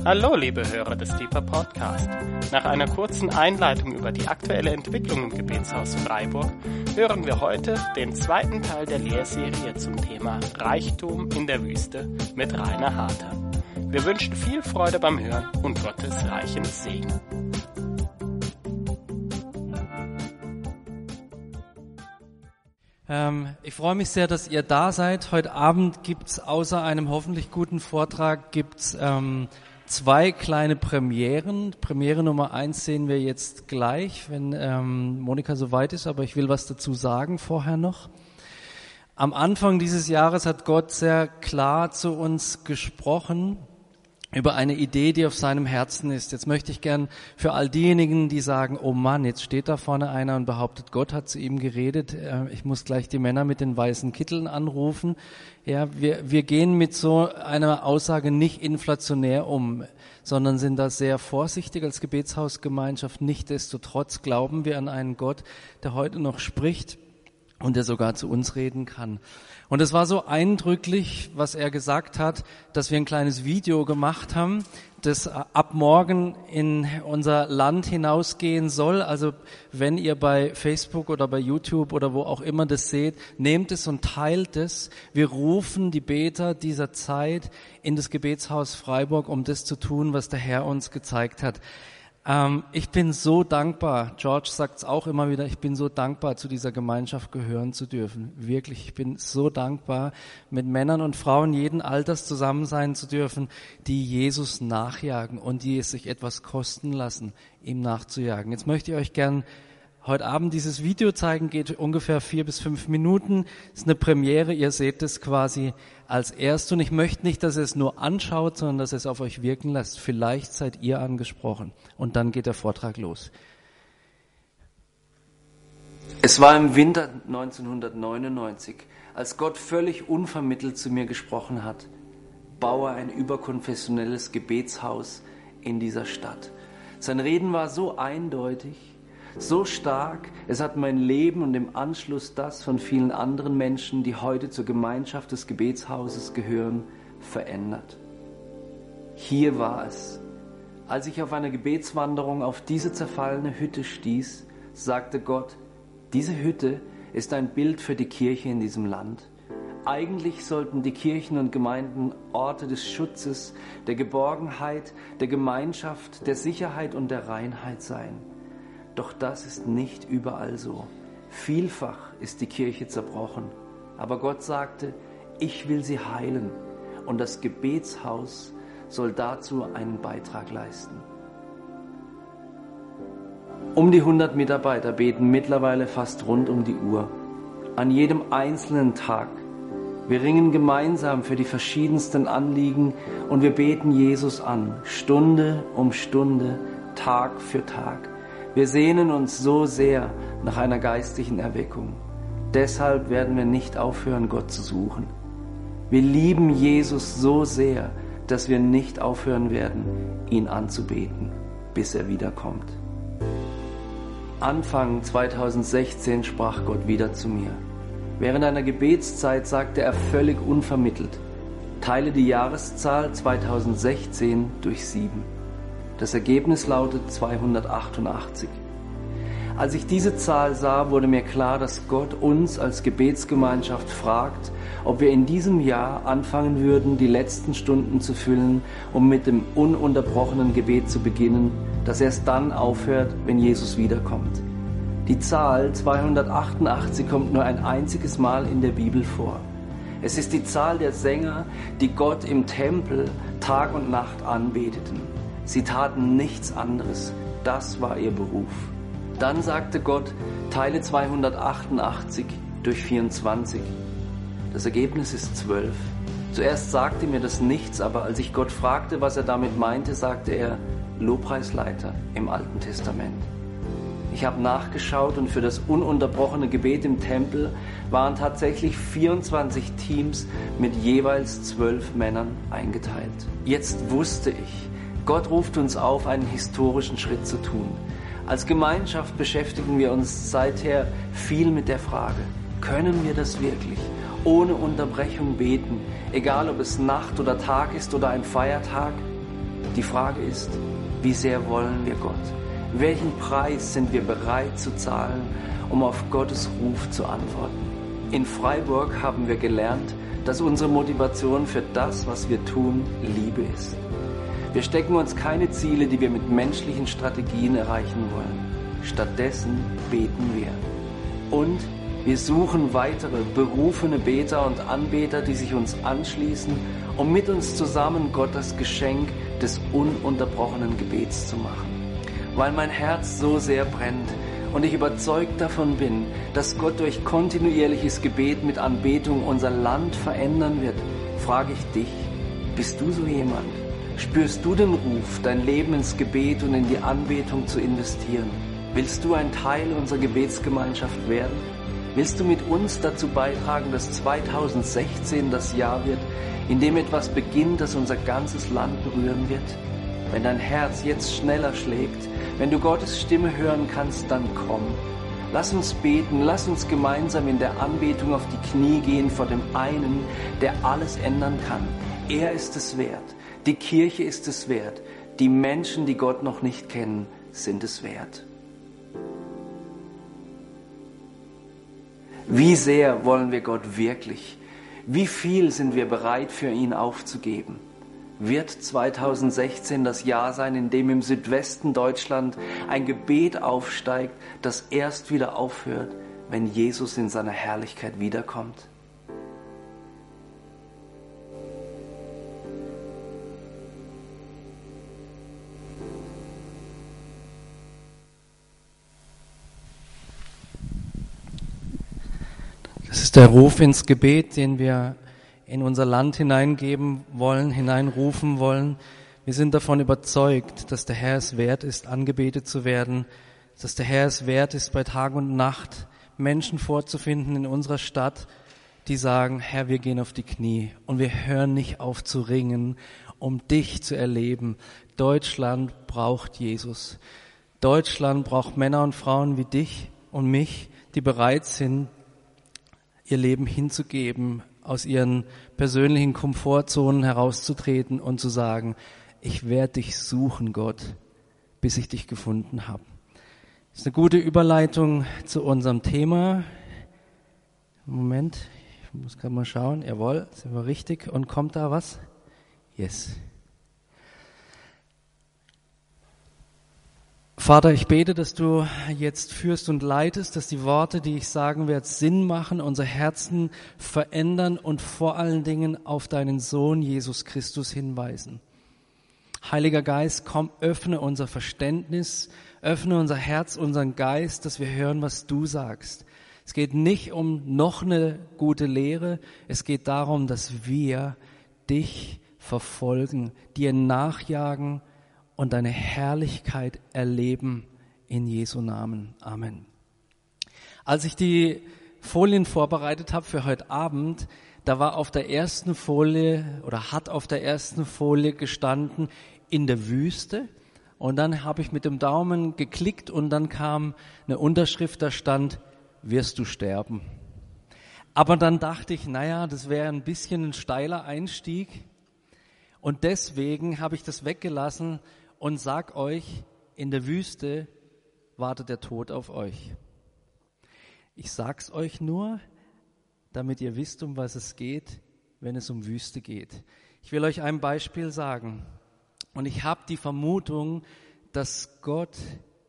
Hallo, liebe Hörer des Deeper Podcast. Nach einer kurzen Einleitung über die aktuelle Entwicklung im Gebetshaus Freiburg hören wir heute den zweiten Teil der Lehrserie zum Thema Reichtum in der Wüste mit Rainer Harter. Wir wünschen viel Freude beim Hören und Gottes reichen Segen. Ich freue mich sehr, dass ihr da seid. Heute Abend gibt's außer einem hoffentlich guten Vortrag zwei kleine Premieren. Premiere Nummer 1 sehen wir jetzt gleich, wenn Monika soweit ist, aber ich will was dazu sagen vorher noch. Am Anfang dieses Jahres hat Gott sehr klar zu uns gesprochen über eine Idee, die auf seinem Herzen ist. Jetzt möchte ich gern für all diejenigen, die sagen, oh Mann, jetzt steht da vorne einer und behauptet, Gott hat zu ihm geredet, ich muss gleich die Männer mit den weißen Kitteln anrufen. Ja, wir gehen mit so einer Aussage nicht inflationär um, sondern sind da sehr vorsichtig als Gebetshausgemeinschaft. Nichtsdestotrotz glauben wir an einen Gott, der heute noch spricht und der sogar zu uns reden kann. Und es war so eindrücklich, was er gesagt hat, dass wir ein kleines Video gemacht haben, das ab morgen in unser Land hinausgehen soll. Also wenn ihr bei Facebook oder bei YouTube oder wo auch immer das seht, nehmt es und teilt es. Wir rufen die Beter dieser Zeit in das Gebetshaus Freiburg, um das zu tun, was der Herr uns gezeigt hat. Ich bin so dankbar, George sagt es auch immer wieder, ich bin so dankbar, zu dieser Gemeinschaft gehören zu dürfen. Wirklich, ich bin so dankbar, mit Männern und Frauen jeden Alters zusammen sein zu dürfen, die Jesus nachjagen und die es sich etwas kosten lassen, ihm nachzujagen. Jetzt möchte ich euch gern heute Abend dieses Video zeigen, geht ungefähr 4 bis 5 Minuten. Das ist eine Premiere, ihr seht es quasi als erst. Und ich möchte nicht, dass ihr es nur anschaut, sondern dass ihr es auf euch wirken lasst. Vielleicht seid ihr angesprochen. Und dann geht der Vortrag los. Es war im Winter 1999, als Gott völlig unvermittelt zu mir gesprochen hat. Baue ein überkonfessionelles Gebetshaus in dieser Stadt. Sein Reden war so eindeutig, so stark, es hat mein Leben und im Anschluss das von vielen anderen Menschen, die heute zur Gemeinschaft des Gebetshauses gehören, verändert. Hier war es. Als ich auf einer Gebetswanderung auf diese zerfallene Hütte stieß, sagte Gott, diese Hütte ist ein Bild für die Kirche in diesem Land. Eigentlich sollten die Kirchen und Gemeinden Orte des Schutzes, der Geborgenheit, der Gemeinschaft, der Sicherheit und der Reinheit sein. Doch das ist nicht überall so. Vielfach ist die Kirche zerbrochen. Aber Gott sagte, ich will sie heilen und das Gebetshaus soll dazu einen Beitrag leisten. Um die 100 Mitarbeiter beten mittlerweile fast rund um die Uhr, an jedem einzelnen Tag. Wir ringen gemeinsam für die verschiedensten Anliegen und wir beten Jesus an, Stunde um Stunde, Tag für Tag. Wir sehnen uns so sehr nach einer geistlichen Erweckung. Deshalb werden wir nicht aufhören, Gott zu suchen. Wir lieben Jesus so sehr, dass wir nicht aufhören werden, ihn anzubeten, bis er wiederkommt. Anfang 2016 sprach Gott wieder zu mir. Während einer Gebetszeit sagte er völlig unvermittelt, teile die Jahreszahl 2016 durch 7. Das Ergebnis lautet 288. Als ich diese Zahl sah, wurde mir klar, dass Gott uns als Gebetsgemeinschaft fragt, ob wir in diesem Jahr anfangen würden, die letzten Stunden zu füllen, um mit dem ununterbrochenen Gebet zu beginnen, das erst dann aufhört, wenn Jesus wiederkommt. Die Zahl 288 kommt nur ein einziges Mal in der Bibel vor. Es ist die Zahl der Sänger, die Gott im Tempel Tag und Nacht anbeteten. Sie taten nichts anderes. Das war ihr Beruf. Dann sagte Gott, teile 288 durch 24. Das Ergebnis ist 12. Zuerst sagte mir das nichts, aber als ich Gott fragte, was er damit meinte, sagte er, Lobpreisleiter im Alten Testament. Ich habe nachgeschaut und für das ununterbrochene Gebet im Tempel waren tatsächlich 24 Teams mit jeweils 12 Männern eingeteilt. Jetzt wusste ich, Gott ruft uns auf, einen historischen Schritt zu tun. Als Gemeinschaft beschäftigen wir uns seither viel mit der Frage, können wir das wirklich ohne Unterbrechung beten, egal ob es Nacht oder Tag ist oder ein Feiertag? Die Frage ist, wie sehr wollen wir Gott? Welchen Preis sind wir bereit zu zahlen, um auf Gottes Ruf zu antworten? In Freiburg haben wir gelernt, dass unsere Motivation für das, was wir tun, Liebe ist. Wir stecken uns keine Ziele, die wir mit menschlichen Strategien erreichen wollen. Stattdessen beten wir. Und wir suchen weitere berufene Beter und Anbeter, die sich uns anschließen, um mit uns zusammen Gott das Geschenk des ununterbrochenen Gebets zu machen. Weil mein Herz so sehr brennt und ich überzeugt davon bin, dass Gott durch kontinuierliches Gebet mit Anbetung unser Land verändern wird, frage ich dich, bist du so jemand? Spürst du den Ruf, dein Leben ins Gebet und in die Anbetung zu investieren? Willst du ein Teil unserer Gebetsgemeinschaft werden? Willst du mit uns dazu beitragen, dass 2016 das Jahr wird, in dem etwas beginnt, das unser ganzes Land berühren wird? Wenn dein Herz jetzt schneller schlägt, wenn du Gottes Stimme hören kannst, dann komm. Lass uns beten, lass uns gemeinsam in der Anbetung auf die Knie gehen vor dem einen, der alles ändern kann. Er ist es wert, die Kirche ist es wert, die Menschen, die Gott noch nicht kennen, sind es wert. Wie sehr wollen wir Gott wirklich? Wie viel sind wir bereit für ihn aufzugeben? Wird 2016 das Jahr sein, in dem im Südwesten Deutschland ein Gebet aufsteigt, das erst wieder aufhört, wenn Jesus in seiner Herrlichkeit wiederkommt? Das ist der Ruf ins Gebet, den wir in unser Land hineingeben wollen, hineinrufen wollen. Wir sind davon überzeugt, dass der Herr es wert ist, angebetet zu werden, dass der Herr es wert ist, bei Tag und Nacht Menschen vorzufinden in unserer Stadt, die sagen, Herr, wir gehen auf die Knie und wir hören nicht auf zu ringen, um dich zu erleben. Deutschland braucht Jesus. Deutschland braucht Männer und Frauen wie dich und mich, die bereit sind, ihr Leben hinzugeben, aus ihren persönlichen Komfortzonen herauszutreten und zu sagen, ich werde dich suchen, Gott, bis ich dich gefunden habe. Das ist eine gute Überleitung zu unserem Thema. Moment, ich muss gerade mal schauen. Jawohl, sind wir richtig. Und kommt da was? Yes. Vater, ich bete, dass du jetzt führst und leitest, dass die Worte, die ich sagen werde, Sinn machen, unser Herzen verändern und vor allen Dingen auf deinen Sohn Jesus Christus hinweisen. Heiliger Geist, komm, öffne unser Verständnis, öffne unser Herz, unseren Geist, dass wir hören, was du sagst. Es geht nicht um noch eine gute Lehre, es geht darum, dass wir dich verfolgen, dir nachjagen und deine Herrlichkeit erleben in Jesu Namen. Amen. Als ich die Folien vorbereitet habe für heute Abend, da war auf der ersten Folie oder hat auf der ersten Folie gestanden, in der Wüste. Und dann habe ich mit dem Daumen geklickt und dann kam eine Unterschrift, da stand, wirst du sterben. Aber dann dachte ich, naja, das wäre ein bisschen ein steiler Einstieg. Und deswegen habe ich das weggelassen und sag euch, in der Wüste wartet der Tod auf euch. Ich sag's euch nur, damit ihr wisst, um was es geht, wenn es um Wüste geht. Ich will euch ein Beispiel sagen. Und ich habe die Vermutung, dass Gott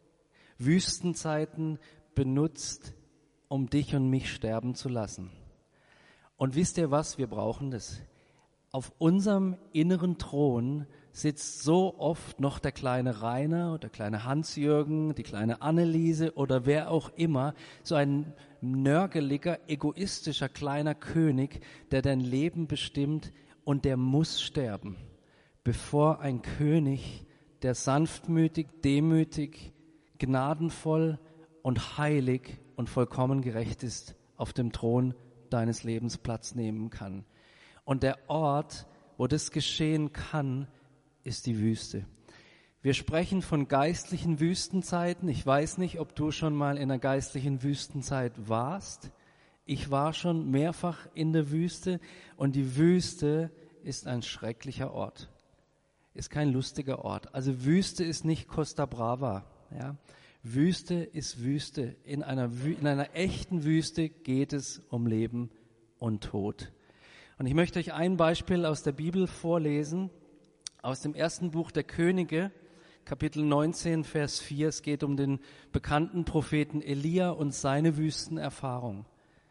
Wüstenzeiten benutzt, um dich und mich sterben zu lassen. Und wisst ihr was? Wir brauchen das. Auf unserem inneren Thron sitzt so oft noch der kleine Rainer oder der kleine Hans-Jürgen, die kleine Anneliese oder wer auch immer, so ein nörgeliger, egoistischer kleiner König, der dein Leben bestimmt und der muss sterben, bevor ein König, der sanftmütig, demütig, gnadenvoll und heilig und vollkommen gerecht ist, auf dem Thron deines Lebens Platz nehmen kann. Und der Ort, wo das geschehen kann, ist die Wüste. Wir sprechen von geistlichen Wüstenzeiten. Ich weiß nicht, ob du schon mal in einer geistlichen Wüstenzeit warst. Ich war schon mehrfach in der Wüste und die Wüste ist ein schrecklicher Ort. ist kein lustiger Ort. Also Wüste ist nicht Costa Brava. Ja? Wüste ist Wüste. In einer echten Wüste geht es um Leben und Tod. Und ich möchte euch ein Beispiel aus der Bibel vorlesen, aus dem ersten Buch der Könige, Kapitel 19, Vers 4. Es geht um den bekannten Propheten Elia und seine Wüstenerfahrung.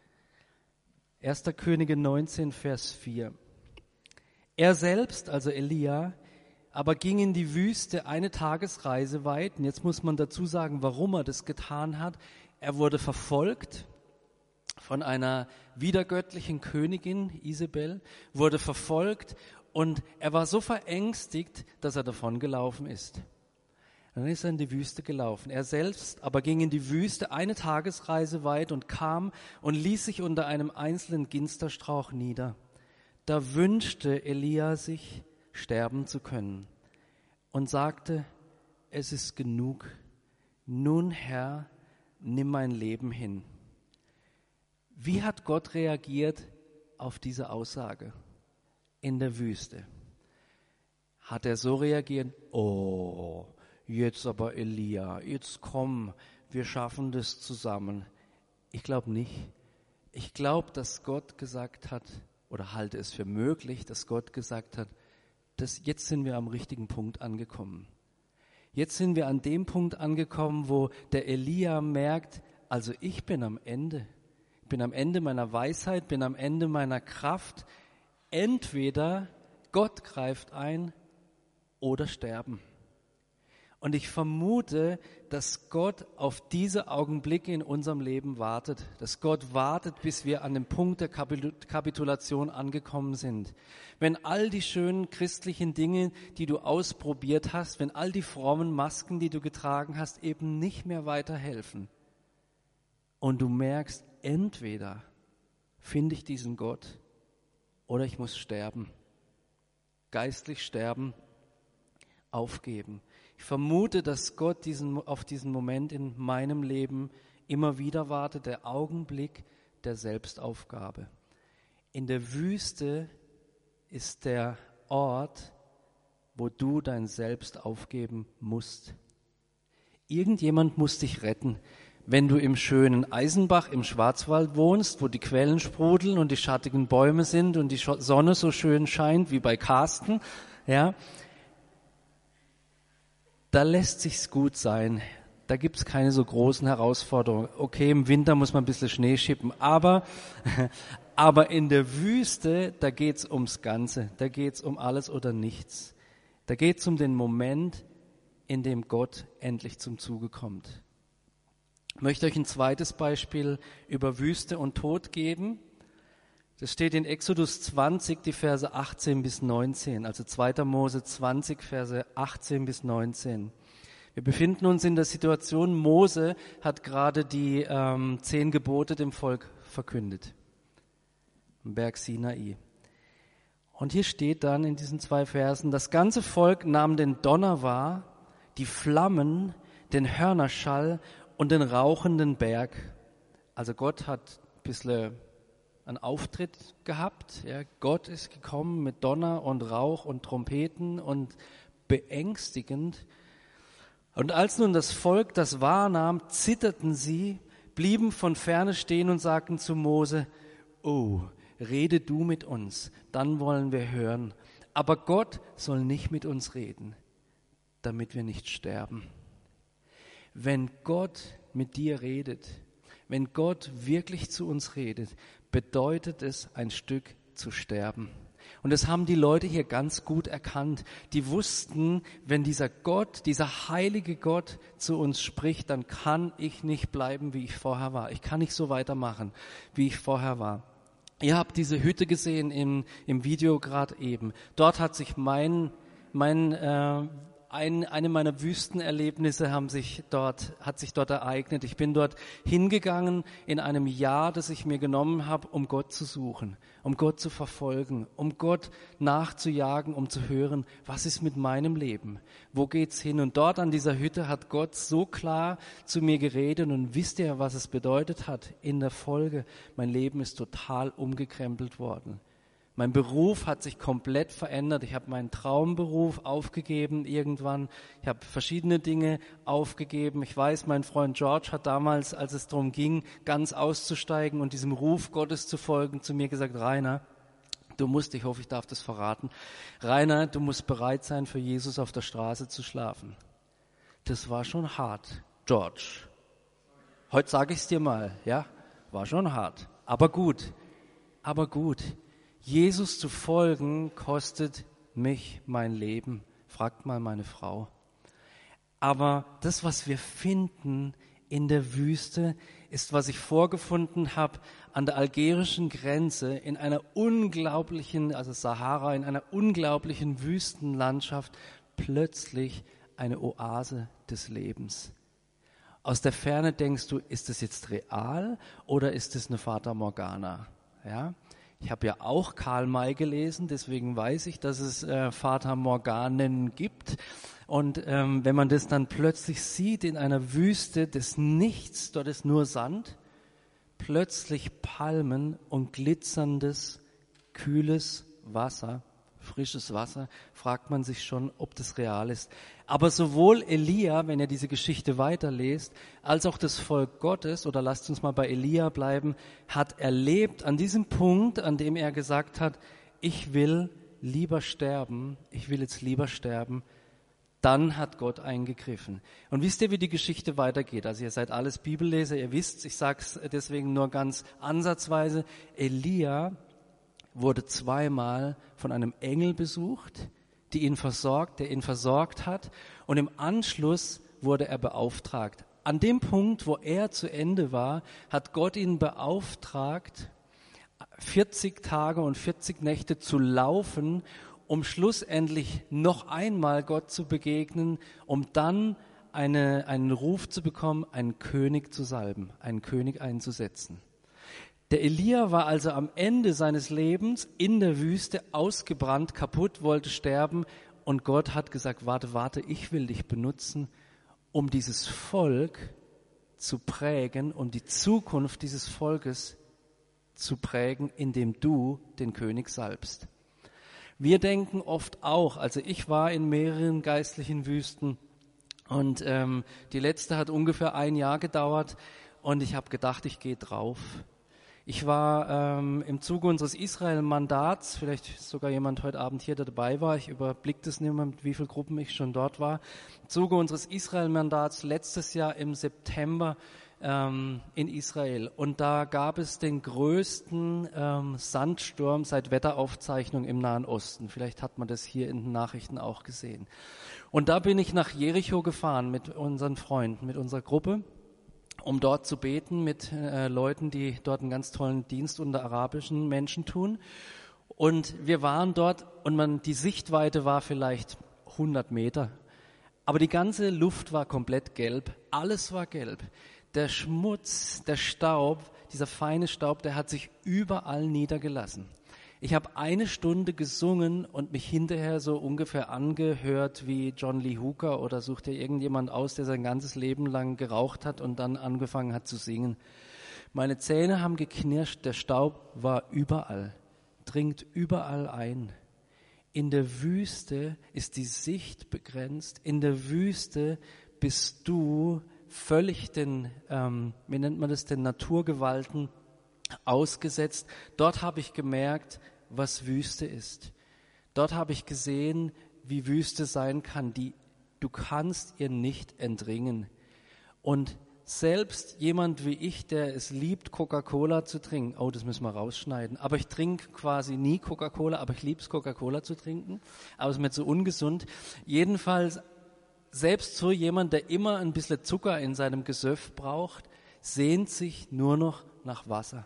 1. Könige 19, Vers 4. Er selbst, also Elia, aber ging in die Wüste eine Tagesreise weit. Und jetzt muss man dazu sagen, warum er das getan hat. Er wurde verfolgt von einer widergöttlichen Königin, Isabel, wurde verfolgt und er war so verängstigt, dass er davon gelaufen ist. Dann ist er in die Wüste gelaufen. Er selbst aber ging in die Wüste eine Tagesreise weit und kam und ließ sich unter einem einzelnen Ginsterstrauch nieder. Da wünschte Elia sich, sterben zu können und sagte, es ist genug. Nun, Herr, nimm mein Leben hin. Wie hat Gott reagiert auf diese Aussage in der Wüste? Hat er so reagiert, oh, jetzt aber Elia, jetzt komm, wir schaffen das zusammen. Ich glaube nicht. Ich glaube, dass Gott gesagt hat, oder halte es für möglich, dass Gott gesagt hat, jetzt sind wir am richtigen Punkt angekommen. Jetzt sind wir an dem Punkt angekommen, wo der Elia merkt, also ich bin am Ende. Ich bin am Ende meiner Weisheit, bin am Ende meiner Kraft. Entweder Gott greift ein oder sterben. Und ich vermute, dass Gott auf diese Augenblicke in unserem Leben wartet. Dass Gott wartet, bis wir an dem Punkt der Kapitulation angekommen sind. Wenn all die schönen christlichen Dinge, die du ausprobiert hast, wenn all die frommen Masken, die du getragen hast, eben nicht mehr weiterhelfen. Und du merkst, entweder finde ich diesen Gott oder ich muss sterben. Geistlich sterben, aufgeben. Ich vermute, dass Gott auf diesen Moment in meinem Leben immer wieder wartet, der Augenblick der Selbstaufgabe. In der Wüste ist der Ort, wo du dein Selbst aufgeben musst. Irgendjemand muss dich retten. Wenn du im schönen Eisenbach im Schwarzwald wohnst, wo die Quellen sprudeln und die schattigen Bäume sind und die Sonne so schön scheint wie bei Karsten, ja, da lässt sich's gut sein. Da gibt's keine so großen Herausforderungen. Okay, im Winter muss man ein bisschen Schnee schippen, aber in der Wüste, da geht's ums Ganze. Da geht's um alles oder nichts. Da geht's um den Moment, in dem Gott endlich zum Zuge kommt. Ich möchte euch ein zweites Beispiel über Wüste und Tod geben. Das steht in Exodus 20, die Verse 18 bis 19, also 2. Mose 20, Verse 18 bis 19. Wir befinden uns in der Situation, Mose hat gerade die 10 Gebote dem Volk verkündet, am Berg Sinai. Und hier steht dann in diesen 2 Versen, das ganze Volk nahm den Donner wahr, die Flammen, den Hörnerschall und den rauchenden Berg. Also Gott hat ein bisschen einen Auftritt gehabt. Ja, Gott ist gekommen mit Donner und Rauch und Trompeten und beängstigend. Und als nun das Volk das wahrnahm, zitterten sie, blieben von ferne stehen und sagten zu Mose, oh, rede du mit uns, dann wollen wir hören. Aber Gott soll nicht mit uns reden, damit wir nicht sterben. Wenn Gott mit dir redet, wenn Gott wirklich zu uns redet, bedeutet es, ein Stück zu sterben. Und das haben die Leute hier ganz gut erkannt. Die wussten, wenn dieser Gott, dieser heilige Gott zu uns spricht, dann kann ich nicht bleiben, wie ich vorher war. Ich kann nicht so weitermachen, wie ich vorher war. Ihr habt diese Hütte gesehen im Video gerade eben. Dort hat sich eine meiner Wüstenerlebnisse hat sich dort ereignet. Ich bin dort hingegangen in einem Jahr, das ich mir genommen habe, um Gott zu suchen, um Gott zu verfolgen, um Gott nachzujagen, um zu hören, was ist mit meinem Leben? Wo geht's hin? Und dort an dieser Hütte hat Gott so klar zu mir geredet und wisst ihr, was es bedeutet hat in der Folge? Mein Leben ist total umgekrempelt worden. Mein Beruf hat sich komplett verändert. Ich habe meinen Traumberuf aufgegeben irgendwann. Ich habe verschiedene Dinge aufgegeben. Ich weiß, mein Freund George hat damals, als es darum ging, ganz auszusteigen und diesem Ruf Gottes zu folgen, zu mir gesagt, Rainer, ich hoffe, ich darf das verraten, Rainer, du musst bereit sein, für Jesus auf der Straße zu schlafen. Das war schon hart, George. Heute sage ich es dir mal, ja, war schon hart, aber gut. Jesus zu folgen kostet mich mein Leben. Fragt mal meine Frau. Aber das, was wir finden in der Wüste, ist, was ich vorgefunden habe an der algerischen Grenze in einer unglaublichen, also Sahara, in einer unglaublichen Wüstenlandschaft, plötzlich eine Oase des Lebens. Aus der Ferne denkst du, ist das jetzt real oder ist das eine Fata Morgana? Ja? Ich habe ja auch Karl May gelesen, deswegen weiß ich, dass es Fata Morganen gibt. Und wenn man das dann plötzlich sieht in einer Wüste des Nichts, dort ist nur Sand, plötzlich Palmen und glitzerndes, kühles Wasser, frisches Wasser, fragt man sich schon, ob das real ist. Aber sowohl Elia, wenn ihr diese Geschichte weiterlest, als auch das Volk Gottes, oder lasst uns mal bei Elia bleiben, hat erlebt an diesem Punkt, an dem er gesagt hat, ich will jetzt lieber sterben, dann hat Gott eingegriffen. Und wisst ihr, wie die Geschichte weitergeht? Also ihr seid alles Bibelleser, ihr wisst, ich sage es deswegen nur ganz ansatzweise, Elia wurde zweimal von einem Engel besucht, der ihn versorgt hat, und im Anschluss wurde er beauftragt. An dem Punkt, wo er zu Ende war, hat Gott ihn beauftragt, 40 Tage und 40 Nächte zu laufen, um schlussendlich noch einmal Gott zu begegnen, um dann einen Ruf zu bekommen, einen König zu salben, einen König einzusetzen. Der Elia war also am Ende seines Lebens in der Wüste ausgebrannt, kaputt, wollte sterben, und Gott hat gesagt, warte, ich will dich benutzen, um dieses Volk zu prägen, um die Zukunft dieses Volkes zu prägen, indem du den König salbst. Wir denken oft auch, also ich war in mehreren geistlichen Wüsten und die letzte hat ungefähr 1 Jahr gedauert und ich habe gedacht, ich gehe drauf. Ich war im Zuge unseres Israel-Mandats, vielleicht ist sogar jemand heute Abend hier, der dabei war, ich überblicke das nicht mehr, mit wie vielen Gruppen ich schon dort war. Im Zuge unseres Israel-Mandats letztes Jahr im September in Israel. Und da gab es den größten Sandsturm seit Wetteraufzeichnung im Nahen Osten. Vielleicht hat man das hier in den Nachrichten auch gesehen. Und da bin ich nach Jericho gefahren mit unseren Freunden, mit unserer Gruppe, um dort zu beten mit Leuten, die dort einen ganz tollen Dienst unter arabischen Menschen tun. Und wir waren dort und die Sichtweite war vielleicht 100 Meter. Aber die ganze Luft war komplett gelb. Alles war gelb. Der Schmutz, der Staub, dieser feine Staub, der hat sich überall niedergelassen. Ich habe 1 Stunde gesungen und mich hinterher so ungefähr angehört wie John Lee Hooker, oder sucht ihr irgendjemand aus, der sein ganzes Leben lang geraucht hat und dann angefangen hat zu singen. Meine Zähne haben geknirscht, der Staub war überall, dringt überall ein. In der Wüste ist die Sicht begrenzt, in der Wüste bist du völlig den Naturgewalten ausgesetzt. Dort habe ich gemerkt, was Wüste ist. Dort habe ich gesehen, wie Wüste sein kann. Du kannst ihr nicht entringen. Und selbst jemand wie ich, der es liebt, Coca-Cola zu trinken, oh, das müssen wir rausschneiden, aber ich trinke quasi nie Coca-Cola, aber ich liebe es, Coca-Cola zu trinken, aber es ist mir zu ungesund. Jedenfalls, selbst so jemand, der immer ein bisschen Zucker in seinem Gesöff braucht, sehnt sich nur noch nach Wasser.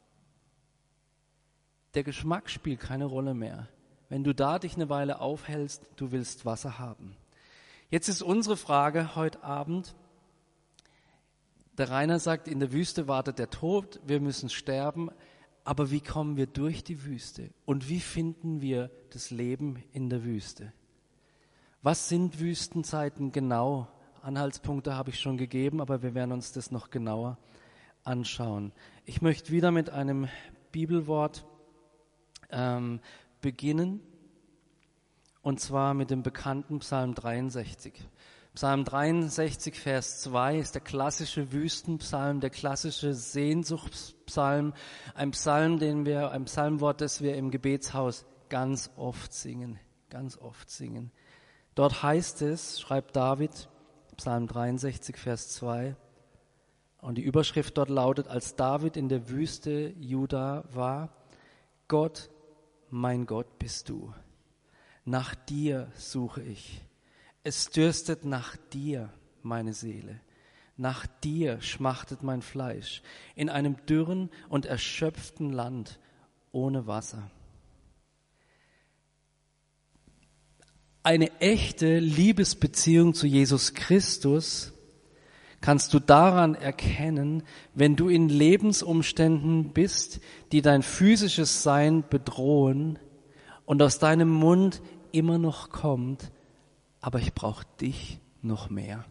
Der Geschmack spielt keine Rolle mehr. Wenn du da dich eine Weile aufhältst, du willst Wasser haben. Jetzt ist unsere Frage heute Abend, der Rainer sagt, in der Wüste wartet der Tod, wir müssen sterben, aber wie kommen wir durch die Wüste? Und wie finden wir das Leben in der Wüste? Was sind Wüstenzeiten genau? Anhaltspunkte habe ich schon gegeben, aber wir werden uns das noch genauer anschauen. Ich möchte wieder mit einem Bibelwort beginnen, und zwar mit dem bekannten Psalm 63. Psalm 63, Vers 2 ist der klassische Wüstenpsalm, der klassische Sehnsuchtspsalm, ein Psalmwort, das wir im Gebetshaus ganz oft singen. Dort heißt es, schreibt David, Psalm 63, Vers 2, und die Überschrift dort lautet: Als David in der Wüste Juda war, Gott, mein Gott bist du. Nach dir suche ich. Es dürstet nach dir, meine Seele. Nach dir schmachtet mein Fleisch in einem dürren und erschöpften Land ohne Wasser. Eine echte Liebesbeziehung zu Jesus Christus kannst du daran erkennen, wenn du in Lebensumständen bist, die dein physisches Sein bedrohen und aus deinem Mund immer noch kommt: Aber ich brauche dich noch mehr.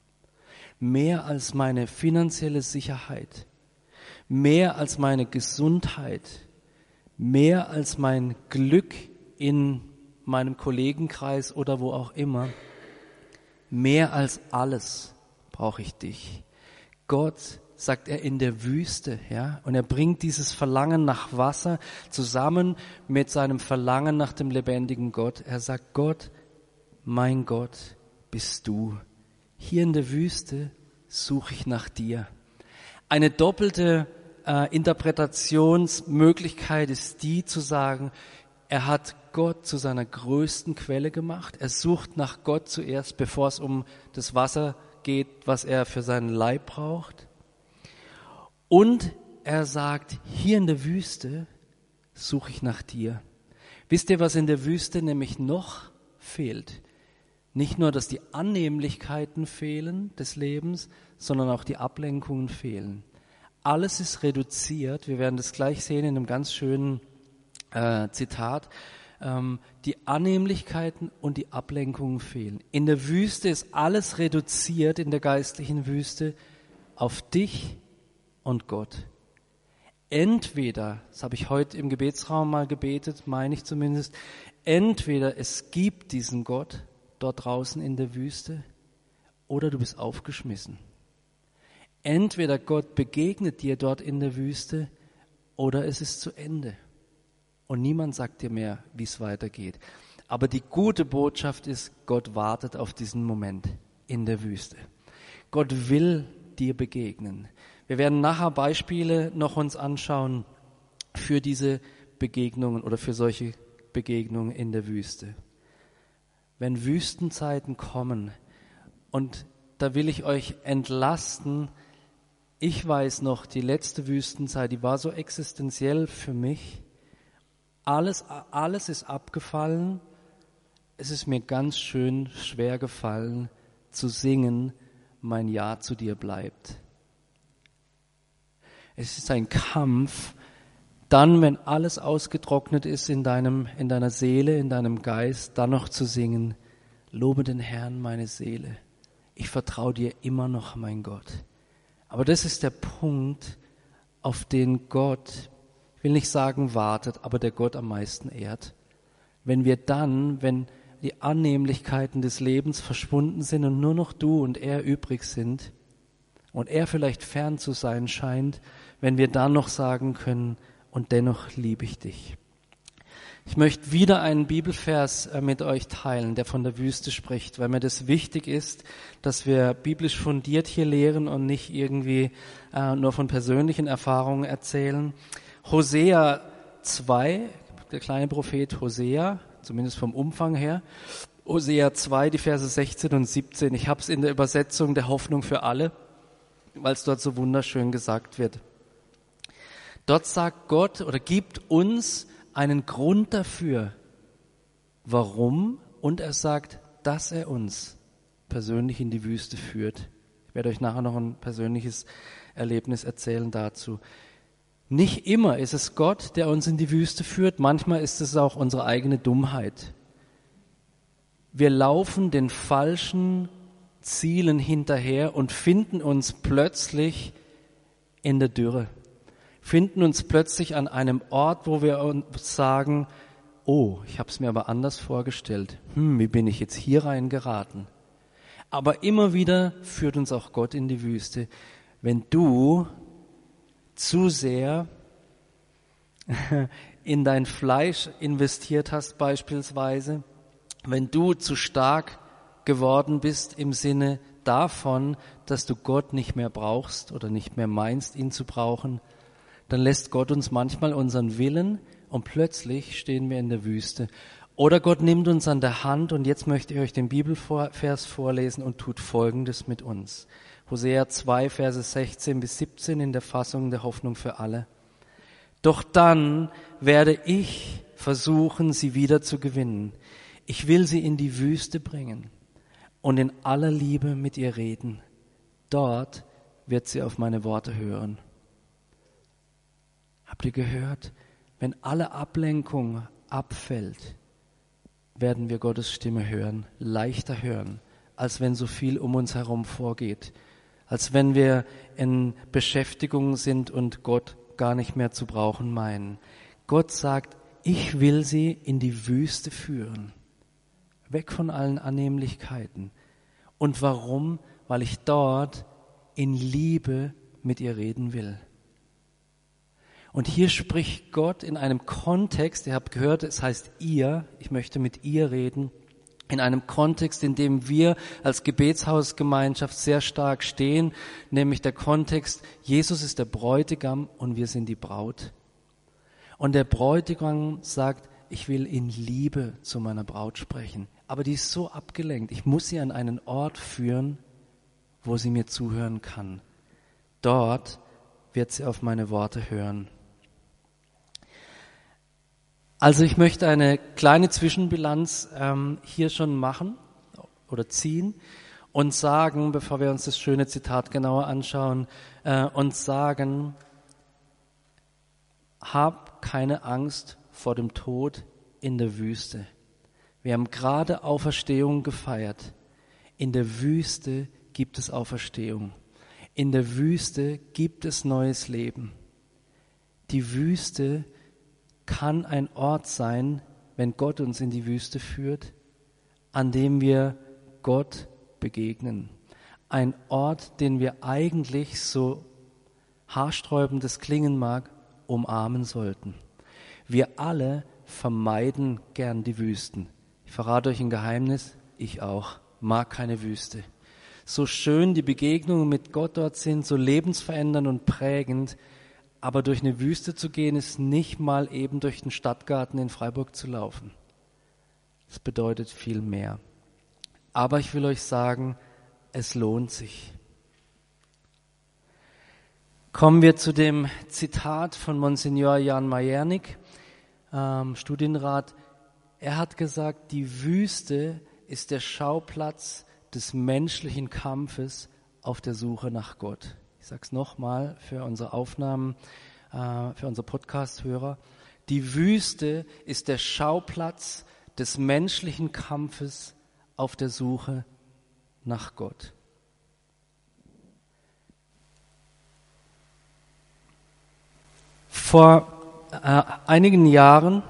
Mehr als meine finanzielle Sicherheit, mehr als meine Gesundheit, mehr als mein Glück in meinem Kollegenkreis oder wo auch immer. Mehr als alles brauche ich dich. Gott, sagt er, in der Wüste, ja, und er bringt dieses Verlangen nach Wasser zusammen mit seinem Verlangen nach dem lebendigen Gott. Er sagt: Gott, mein Gott bist du. Hier in der Wüste suche ich nach dir. Eine doppelte Interpretationsmöglichkeit ist die, zu sagen, er hat Gott zu seiner größten Quelle gemacht. Er sucht nach Gott zuerst, bevor es um das Wasser geht, was er für seinen Leib braucht. Und er sagt, hier in der Wüste suche ich nach dir. Wisst ihr, was in der Wüste nämlich noch fehlt? Nicht nur, dass die Annehmlichkeiten fehlen des Lebens, sondern auch die Ablenkungen fehlen. Alles ist reduziert, wir werden das gleich sehen in einem ganz schönen Zitat, die Annehmlichkeiten und die Ablenkungen fehlen. In der Wüste ist alles reduziert, in der geistlichen Wüste, auf dich und Gott. Entweder, das habe ich heute im Gebetsraum mal gebetet, meine ich zumindest, entweder es gibt diesen Gott dort draußen in der Wüste oder du bist aufgeschmissen. Entweder Gott begegnet dir dort in der Wüste oder es ist zu Ende. Und niemand sagt dir mehr, wie es weitergeht. Aber die gute Botschaft ist, Gott wartet auf diesen Moment in der Wüste. Gott will dir begegnen. Wir werden nachher Beispiele noch uns anschauen für diese Begegnungen oder für solche Begegnungen in der Wüste. Wenn Wüstenzeiten kommen, und da will ich euch entlasten, ich weiß noch, die letzte Wüstenzeit, die war so existenziell für mich. Alles ist abgefallen. Es ist mir ganz schön schwer gefallen zu singen, mein Ja zu dir bleibt. Es ist ein Kampf, dann, wenn alles ausgetrocknet ist in deiner Seele, in deinem Geist, dann noch zu singen, lobe den Herrn, meine Seele. Ich vertraue dir immer noch, mein Gott. Aber das ist der Punkt, auf den Gott, ich will nicht sagen wartet, aber der Gott am meisten ehrt. Wenn die Annehmlichkeiten des Lebens verschwunden sind und nur noch du und er übrig sind und er vielleicht fern zu sein scheint, wenn wir dann noch sagen können, und dennoch liebe ich dich. Ich möchte wieder einen Bibelvers mit euch teilen, der von der Wüste spricht, weil mir das wichtig ist, dass wir biblisch fundiert hier lehren und nicht irgendwie nur von persönlichen Erfahrungen erzählen. Hosea 2, der kleine Prophet Hosea, zumindest vom Umfang her. Hosea 2, die Verse 16 und 17. Ich habe es in der Übersetzung der Hoffnung für alle, weil es dort so wunderschön gesagt wird. Dort sagt Gott oder gibt uns einen Grund dafür, warum, und er sagt, dass er uns persönlich in die Wüste führt. Ich werde euch nachher noch ein persönliches Erlebnis erzählen dazu. Nicht immer ist es Gott, der uns in die Wüste führt, manchmal ist es auch unsere eigene Dummheit. Wir laufen den falschen Zielen hinterher und finden uns plötzlich in der Dürre. finden uns plötzlich an einem Ort, wo wir uns sagen, oh, ich habe es mir aber anders vorgestellt. Wie bin ich jetzt hier reingeraten? Aber immer wieder führt uns auch Gott in die Wüste. Wenn du zu sehr in dein Fleisch investiert hast beispielsweise, wenn du zu stark geworden bist im Sinne davon, dass du Gott nicht mehr brauchst oder nicht mehr meinst, ihn zu brauchen, dann lässt Gott uns manchmal unseren Willen und plötzlich stehen wir in der Wüste. Oder Gott nimmt uns an der Hand und jetzt möchte ich euch den Bibelvers vorlesen und tut Folgendes mit uns. Hosea 2, Verse 16 bis 17 in der Fassung der Hoffnung für alle. Doch dann werde ich versuchen, sie wieder zu gewinnen. Ich will sie in die Wüste bringen und in aller Liebe mit ihr reden. Dort wird sie auf meine Worte hören. Habt ihr gehört? Wenn alle Ablenkung abfällt, werden wir Gottes Stimme hören, leichter hören, als wenn so viel um uns herum vorgeht, als wenn wir in Beschäftigung sind und Gott gar nicht mehr zu brauchen meinen. Gott sagt, ich will sie in die Wüste führen, weg von allen Annehmlichkeiten. Und warum? Weil ich dort in Liebe mit ihr reden will. Und hier spricht Gott in einem Kontext, ihr habt gehört, es heißt ihr, ich möchte mit ihr reden, in einem Kontext, in dem wir als Gebetshausgemeinschaft sehr stark stehen, nämlich der Kontext, Jesus ist der Bräutigam und wir sind die Braut. Und der Bräutigam sagt, ich will in Liebe zu meiner Braut sprechen, aber die ist so abgelenkt, ich muss sie an einen Ort führen, wo sie mir zuhören kann. Dort wird sie auf meine Worte hören. Also ich möchte eine kleine Zwischenbilanz hier schon machen oder ziehen und sagen, bevor wir uns das schöne Zitat genauer anschauen, und sagen, hab keine Angst vor dem Tod in der Wüste. Wir haben gerade Auferstehung gefeiert. In der Wüste gibt es Auferstehung. In der Wüste gibt es neues Leben. Die Wüste kann ein Ort sein, wenn Gott uns in die Wüste führt, an dem wir Gott begegnen. Ein Ort, den wir eigentlich, so haarsträubend es klingen mag, umarmen sollten. Wir alle vermeiden gern die Wüsten. Ich verrate euch ein Geheimnis, ich auch, mag keine Wüste. So schön die Begegnungen mit Gott dort sind, so lebensverändernd und prägend, aber durch eine Wüste zu gehen, ist nicht mal eben durch den Stadtgarten in Freiburg zu laufen. Das bedeutet viel mehr. Aber ich will euch sagen, es lohnt sich. Kommen wir zu dem Zitat von Monsignor Jan Majernik, Studienrat. Er hat gesagt, die Wüste ist der Schauplatz des menschlichen Kampfes auf der Suche nach Gott. Ich sage es nochmal für unsere Aufnahmen, für unsere Podcast-Hörer. Die Wüste ist der Schauplatz des menschlichen Kampfes auf der Suche nach Gott. Vor einigen Jahren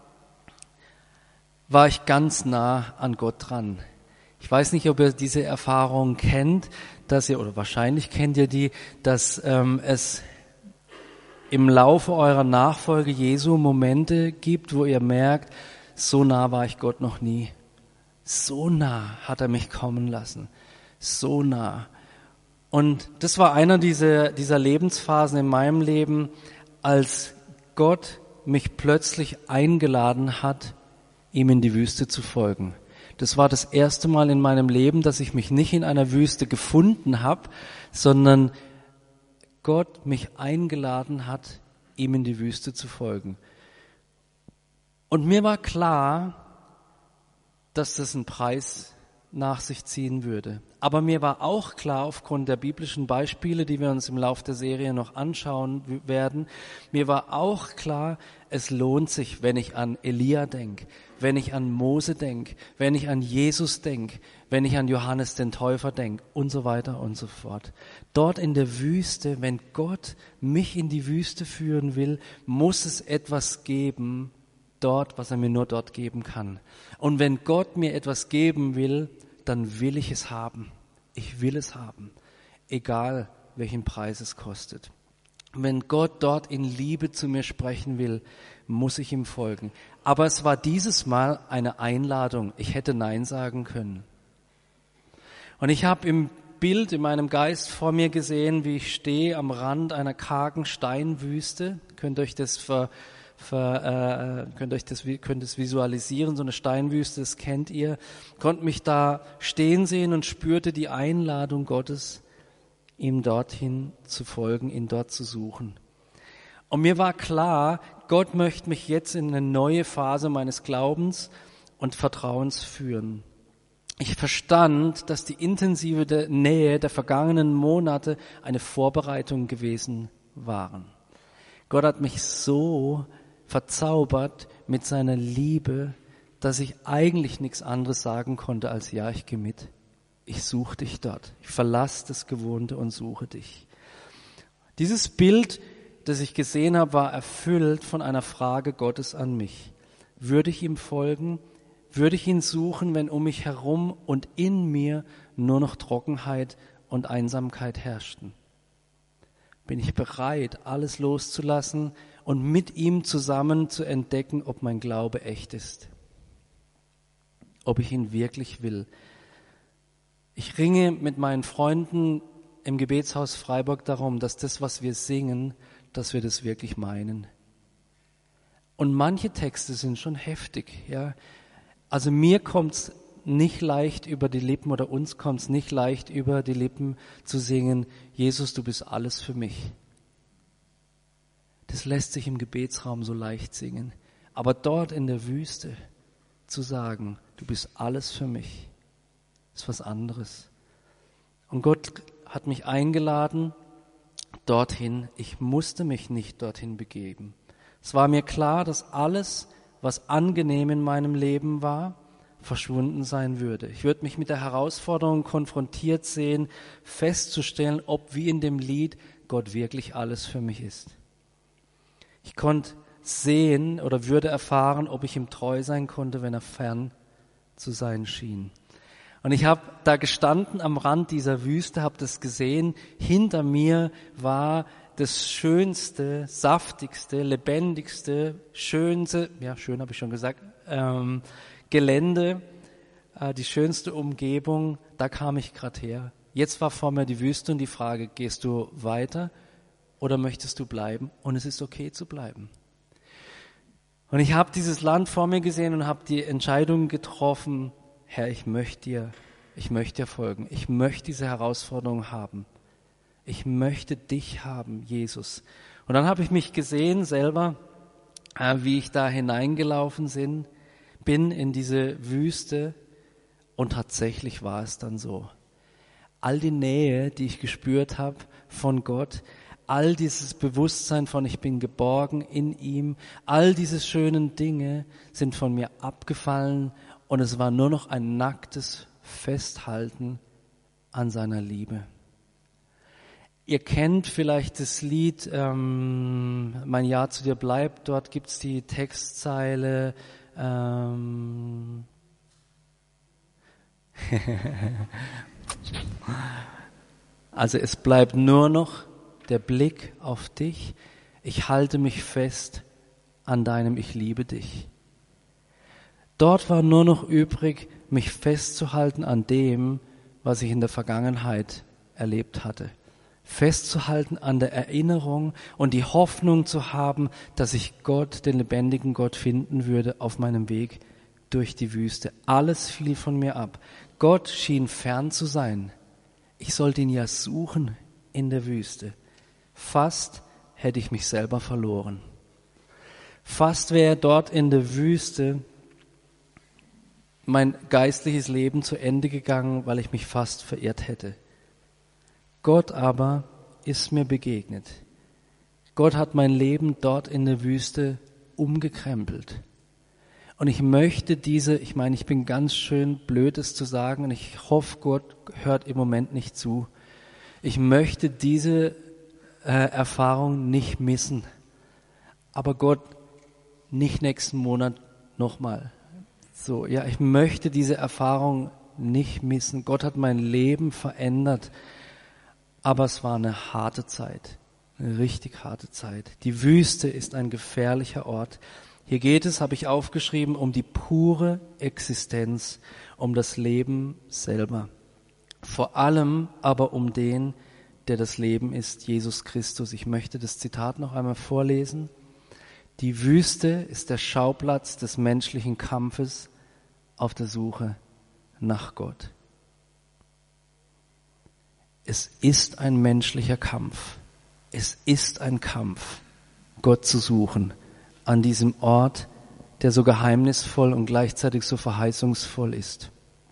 war ich ganz nah an Gott dran. Ich weiß nicht, ob ihr diese Erfahrung kennt, dass ihr, oder wahrscheinlich kennt ihr die, dass es im Laufe eurer Nachfolge Jesu Momente gibt, wo ihr merkt, so nah war ich Gott noch nie. So nah hat er mich kommen lassen. So nah. Und das war einer dieser Lebensphasen in meinem Leben, als Gott mich plötzlich eingeladen hat, ihm in die Wüste zu folgen. Das war das erste Mal in meinem Leben, dass ich mich nicht in einer Wüste gefunden habe, sondern Gott mich eingeladen hat, ihm in die Wüste zu folgen. Und mir war klar, dass das einen Preis nach sich ziehen würde. Aber mir war auch klar, aufgrund der biblischen Beispiele, die wir uns im Laufe der Serie noch anschauen werden, mir war auch klar, es lohnt sich, wenn ich an Elia denke, wenn ich an Mose denke, wenn ich an Jesus denke, wenn ich an Johannes den Täufer denke und so weiter und so fort. Dort in der Wüste, wenn Gott mich in die Wüste führen will, muss es etwas geben, dort, was er mir nur dort geben kann. Und wenn Gott mir etwas geben will, dann will ich es haben. Ich will es haben, egal welchen Preis es kostet. Wenn Gott dort in Liebe zu mir sprechen will, muss ich ihm folgen. Aber es war dieses Mal eine Einladung. Ich hätte Nein sagen können. Und ich habe im Bild in meinem Geist vor mir gesehen, wie ich stehe am Rand einer kargen Steinwüste. Könnt euch das visualisieren, so eine Steinwüste, das kennt ihr. Konnte mich da stehen sehen und spürte die Einladung Gottes, ihm dorthin zu folgen, ihn dort zu suchen. Und mir war klar, Gott möchte mich jetzt in eine neue Phase meines Glaubens und Vertrauens führen. Ich verstand, dass die intensive Nähe der vergangenen Monate eine Vorbereitung gewesen waren. Gott hat mich so verzaubert mit seiner Liebe, dass ich eigentlich nichts anderes sagen konnte als ja, ich gehe mit. Ich suche dich dort. Ich verlasse das Gewohnte und suche dich. Dieses Bild, das ich gesehen habe, war erfüllt von einer Frage Gottes an mich. Würde ich ihm folgen? Würde ich ihn suchen, wenn um mich herum und in mir nur noch Trockenheit und Einsamkeit herrschten? Bin ich bereit, alles loszulassen und mit ihm zusammen zu entdecken, ob mein Glaube echt ist? Ob ich ihn wirklich will? Ich ringe mit meinen Freunden im Gebetshaus Freiburg darum, dass das, was wir singen, dass wir das wirklich meinen. Und manche Texte sind schon heftig, ja. Also mir kommt's nicht leicht über die Lippen oder uns kommt's nicht leicht über die Lippen zu singen, Jesus, du bist alles für mich. Das lässt sich im Gebetsraum so leicht singen. Aber dort in der Wüste zu sagen, du bist alles für mich, ist was anderes. Und Gott hat mich eingeladen dorthin. Ich musste mich nicht dorthin begeben. Es war mir klar, dass alles, was angenehm in meinem Leben war, verschwunden sein würde. Ich würde mich mit der Herausforderung konfrontiert sehen, festzustellen, ob wie in dem Lied Gott wirklich alles für mich ist. Ich konnte sehen oder würde erfahren, ob ich ihm treu sein konnte, wenn er fern zu sein schien. Und ich habe da gestanden am Rand dieser Wüste, habe das gesehen. Hinter mir war das schönste, saftigste, lebendigste, schönste, ja schön habe ich schon gesagt, Gelände, die schönste Umgebung, da kam ich gerade her. Jetzt war vor mir die Wüste und die Frage, gehst du weiter oder möchtest du bleiben? Und es ist okay zu bleiben. Und ich habe dieses Land vor mir gesehen und habe die Entscheidung getroffen, Herr, ich möchte dir folgen. Ich möchte diese Herausforderung haben. Ich möchte dich haben, Jesus. Und dann habe ich mich gesehen selber, wie ich da hineingelaufen bin in diese Wüste. Und tatsächlich war es dann so. All die Nähe, die ich gespürt habe von Gott, all dieses Bewusstsein von ich bin geborgen in ihm, all diese schönen Dinge sind von mir abgefallen und es war nur noch ein nacktes Festhalten an seiner Liebe. Ihr kennt vielleicht das Lied Mein Ja zu dir bleibt, dort gibt's die Textzeile also es bleibt nur noch der Blick auf dich. Ich halte mich fest an deinem Ich liebe dich. Dort war nur noch übrig, mich festzuhalten an dem, was ich in der Vergangenheit erlebt hatte. Festzuhalten an der Erinnerung und die Hoffnung zu haben, dass ich Gott, den lebendigen Gott, finden würde auf meinem Weg durch die Wüste. Alles fiel von mir ab. Gott schien fern zu sein. Ich sollte ihn ja suchen in der Wüste. Fast hätte ich mich selber verloren. Fast wäre dort in der Wüste mein geistliches Leben zu Ende gegangen, weil ich mich fast verirrt hätte. Gott aber ist mir begegnet. Gott hat mein Leben dort in der Wüste umgekrempelt. Und ich möchte ich bin ganz schön blöd, es zu sagen, und ich hoffe, Gott hört im Moment nicht zu. Ich möchte diese Erfahrung nicht missen. Aber Gott, nicht nächsten Monat nochmal. So, ja, ich möchte diese Erfahrung nicht missen. Gott hat mein Leben verändert. Aber es war eine harte Zeit. Eine richtig harte Zeit. Die Wüste ist ein gefährlicher Ort. Hier geht es, habe ich aufgeschrieben, um die pure Existenz, um das Leben selber. Vor allem aber um den, der das Leben ist, Jesus Christus. Ich möchte das Zitat noch einmal vorlesen. Die Wüste ist der Schauplatz des menschlichen Kampfes auf der Suche nach Gott. Es ist ein menschlicher Kampf. Es ist ein Kampf, Gott zu suchen an diesem Ort, der so geheimnisvoll und gleichzeitig so verheißungsvoll ist.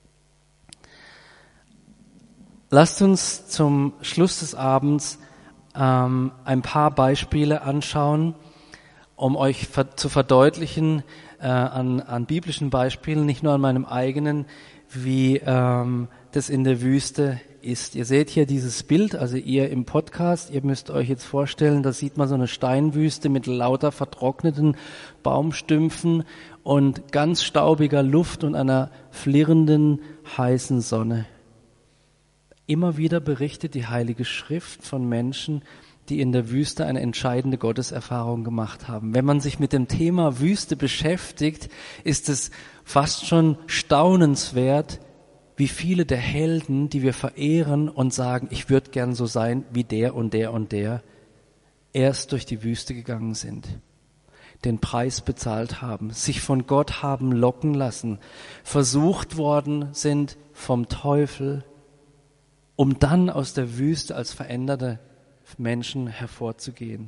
Lasst uns zum Schluss des Abends ein paar Beispiele anschauen, um euch zu verdeutlichen an biblischen Beispielen, nicht nur an meinem eigenen, wie das in der Wüste ist. Ihr seht hier dieses Bild, also ihr im Podcast, ihr müsst euch jetzt vorstellen, da sieht man so eine Steinwüste mit lauter vertrockneten Baumstümpfen und ganz staubiger Luft und einer flirrenden, heißen Sonne. Immer wieder berichtet die Heilige Schrift von Menschen, die in der Wüste eine entscheidende Gotteserfahrung gemacht haben. Wenn man sich mit dem Thema Wüste beschäftigt, ist es fast schon staunenswert, wie viele der Helden, die wir verehren und sagen, ich würde gern so sein wie der und der und der, erst durch die Wüste gegangen sind, den Preis bezahlt haben, sich von Gott haben locken lassen, versucht worden sind vom Teufel, um dann aus der Wüste als veränderte Menschen hervorzugehen.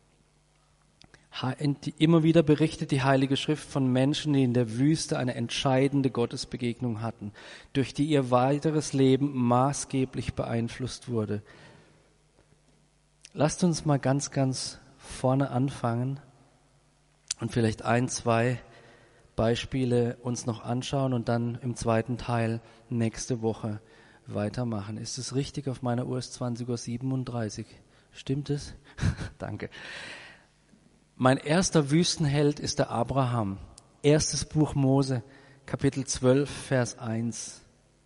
Immer wieder berichtet die Heilige Schrift von Menschen, die in der Wüste eine entscheidende Gottesbegegnung hatten, durch die ihr weiteres Leben maßgeblich beeinflusst wurde. Lasst uns mal ganz, ganz vorne anfangen und vielleicht 1, 2 Beispiele uns noch anschauen und dann im zweiten Teil nächste Woche weitermachen. Ist es richtig? Auf meiner Uhr ist 20:37 Uhr. Stimmt es? Danke. Mein erster Wüstenheld ist der Abraham. Erstes Buch Mose, Kapitel 12, Vers 1.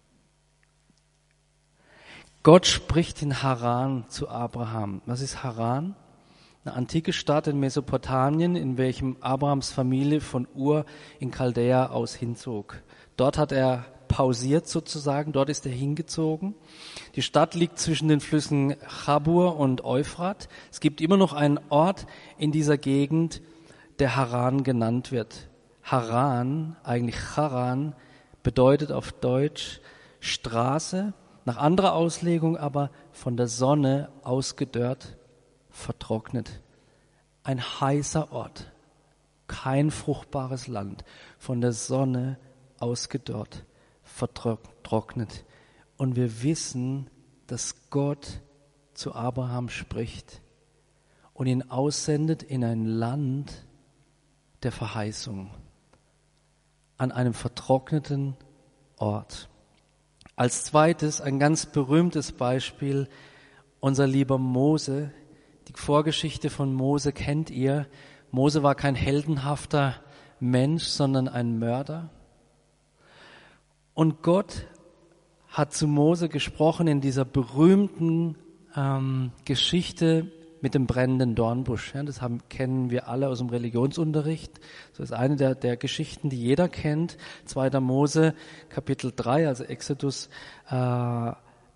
Gott spricht in Haran zu Abraham. Was ist Haran? Eine antike Stadt in Mesopotamien, in welchem Abrahams Familie von Ur in Chaldea aus hinzog. Dort hat er pausiert sozusagen, dort ist er hingezogen. Die Stadt liegt zwischen den Flüssen Chabur und Euphrat. Es gibt immer noch einen Ort in dieser Gegend, der Haran genannt wird. Haran, eigentlich Charan, bedeutet auf Deutsch Straße, nach anderer Auslegung aber von der Sonne ausgedörrt, vertrocknet. Ein heißer Ort, kein fruchtbares Land, von der Sonne ausgedörrt, vertrocknet. Und wir wissen, dass Gott zu Abraham spricht und ihn aussendet in ein Land der Verheißung, an einem vertrockneten Ort. Als zweites ein ganz berühmtes Beispiel, unser lieber Mose. Die Vorgeschichte von Mose kennt ihr. Mose war kein heldenhafter Mensch, sondern ein Mörder. Und Gott hat zu Mose gesprochen in dieser berühmten Geschichte mit dem brennenden Dornbusch. Ja, das kennen wir alle aus dem Religionsunterricht. Das ist eine der Geschichten, die jeder kennt. 2. Mose, Kapitel 3, also Exodus 3.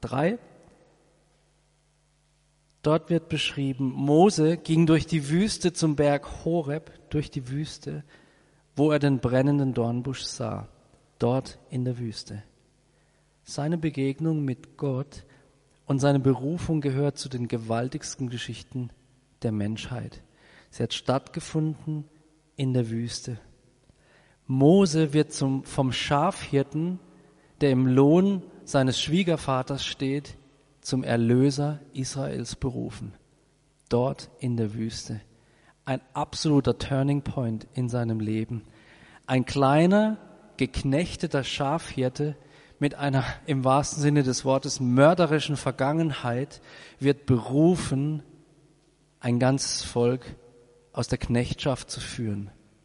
Dort wird beschrieben, Mose ging durch die Wüste zum Berg Horeb, durch die Wüste, wo er den brennenden Dornbusch sah. Dort in der Wüste. Seine Begegnung mit Gott und seine Berufung gehört zu den gewaltigsten Geschichten der Menschheit. Sie hat stattgefunden in der Wüste. Mose wird vom Schafhirten, der im Lohn seines Schwiegervaters steht, zum Erlöser Israels berufen. Dort in der Wüste. Ein absoluter Turning Point in seinem Leben. Ein kleiner, geknechteter Schafhirte mit einer, im wahrsten Sinne des Wortes, mörderischen Vergangenheit wird berufen, ein ganzes Volk aus der Knechtschaft zu führen.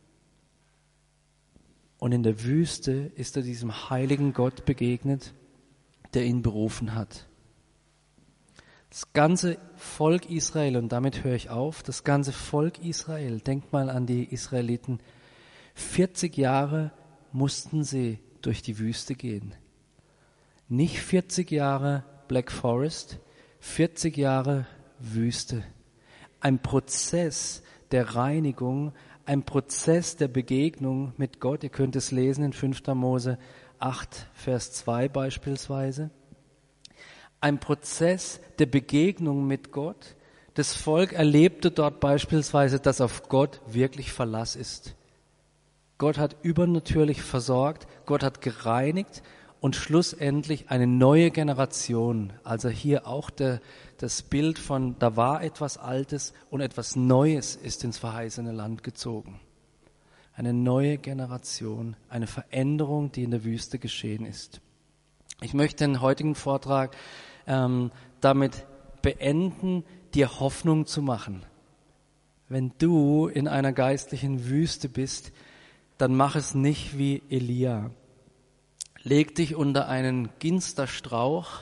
Und in der Wüste ist er diesem heiligen Gott begegnet, der ihn berufen hat. Das ganze Volk Israel, und damit höre ich auf, das ganze Volk Israel, denkt mal an die Israeliten, 40 Jahre mussten sie durch die Wüste gehen. Nicht 40 Jahre Black Forest, 40 Jahre Wüste. Ein Prozess der Reinigung, ein Prozess der Begegnung mit Gott. Ihr könnt es lesen in 5. Mose 8, Vers 2 beispielsweise. Ein Prozess der Begegnung mit Gott. Das Volk erlebte dort beispielsweise, dass auf Gott wirklich Verlass ist. Gott hat übernatürlich versorgt, Gott hat gereinigt und schlussendlich eine neue Generation, also hier auch das Bild von, da war etwas Altes und etwas Neues ist ins verheißene Land gezogen. Eine neue Generation, eine Veränderung, die in der Wüste geschehen ist. Ich möchte den heutigen Vortrag damit beenden, dir Hoffnung zu machen. Wenn du in einer geistlichen Wüste bist, dann mach es nicht wie Elia. Leg dich unter einen Ginsterstrauch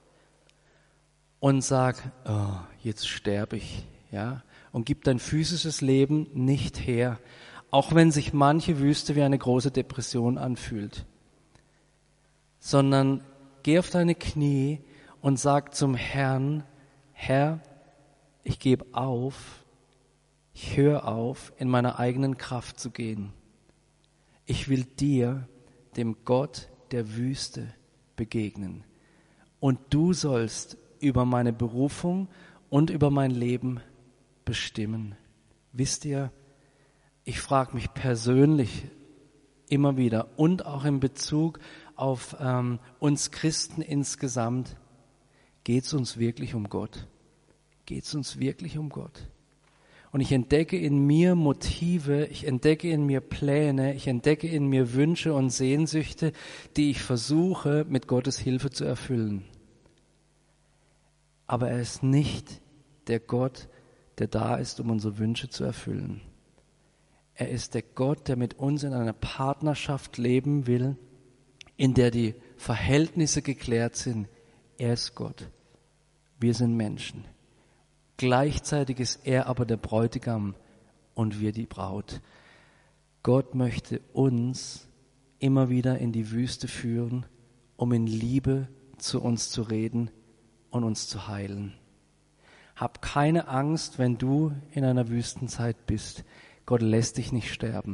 und sag, oh, jetzt sterbe ich, ja, und gib dein physisches Leben nicht her, auch wenn sich manche Wüste wie eine große Depression anfühlt, sondern geh auf deine Knie und sag zum Herrn, Herr, ich gebe auf, ich höre auf, in meiner eigenen Kraft zu gehen. Ich will dir, dem Gott der Wüste, begegnen. Und du sollst über meine Berufung und über mein Leben bestimmen. Wisst ihr, ich frage mich persönlich immer wieder und auch in Bezug auf uns Christen insgesamt, geht es uns wirklich um Gott? Geht es uns wirklich um Gott? Und ich entdecke in mir Motive, ich entdecke in mir Pläne, ich entdecke in mir Wünsche und Sehnsüchte, die ich versuche, mit Gottes Hilfe zu erfüllen. Aber er ist nicht der Gott, der da ist, um unsere Wünsche zu erfüllen. Er ist der Gott, der mit uns in einer Partnerschaft leben will, in der die Verhältnisse geklärt sind. Er ist Gott. Wir sind Menschen. Gleichzeitig ist er aber der Bräutigam und wir die Braut. Gott möchte uns immer wieder in die Wüste führen, um in Liebe zu uns zu reden und uns zu heilen. Hab keine Angst, wenn du in einer Wüstenzeit bist. Gott lässt dich nicht sterben.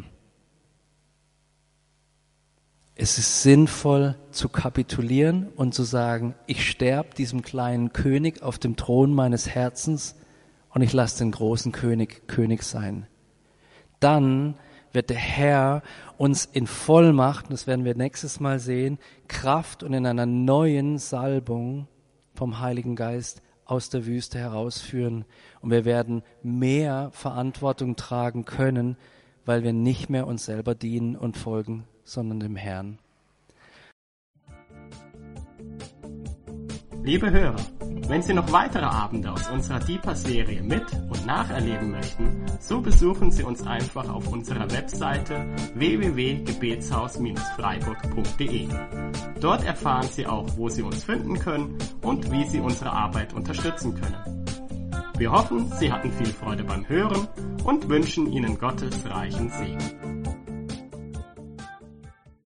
Es ist sinnvoll zu kapitulieren und zu sagen, ich sterbe diesem kleinen König auf dem Thron meines Herzens und ich lasse den großen König König sein. Dann wird der Herr uns in Vollmacht, das werden wir nächstes Mal sehen, Kraft und in einer neuen Salbung vom Heiligen Geist aus der Wüste herausführen. Und wir werden mehr Verantwortung tragen können, weil wir nicht mehr uns selber dienen und folgen, sondern dem Herrn. Liebe Hörer, wenn Sie noch weitere Abende aus unserer Deeper-Serie mit- und nacherleben möchten, so besuchen Sie uns einfach auf unserer Webseite www.gebetshaus-freiburg.de. Dort erfahren Sie auch, wo Sie uns finden können und wie Sie unsere Arbeit unterstützen können. Wir hoffen, Sie hatten viel Freude beim Hören und wünschen Ihnen Gottes reichen Segen.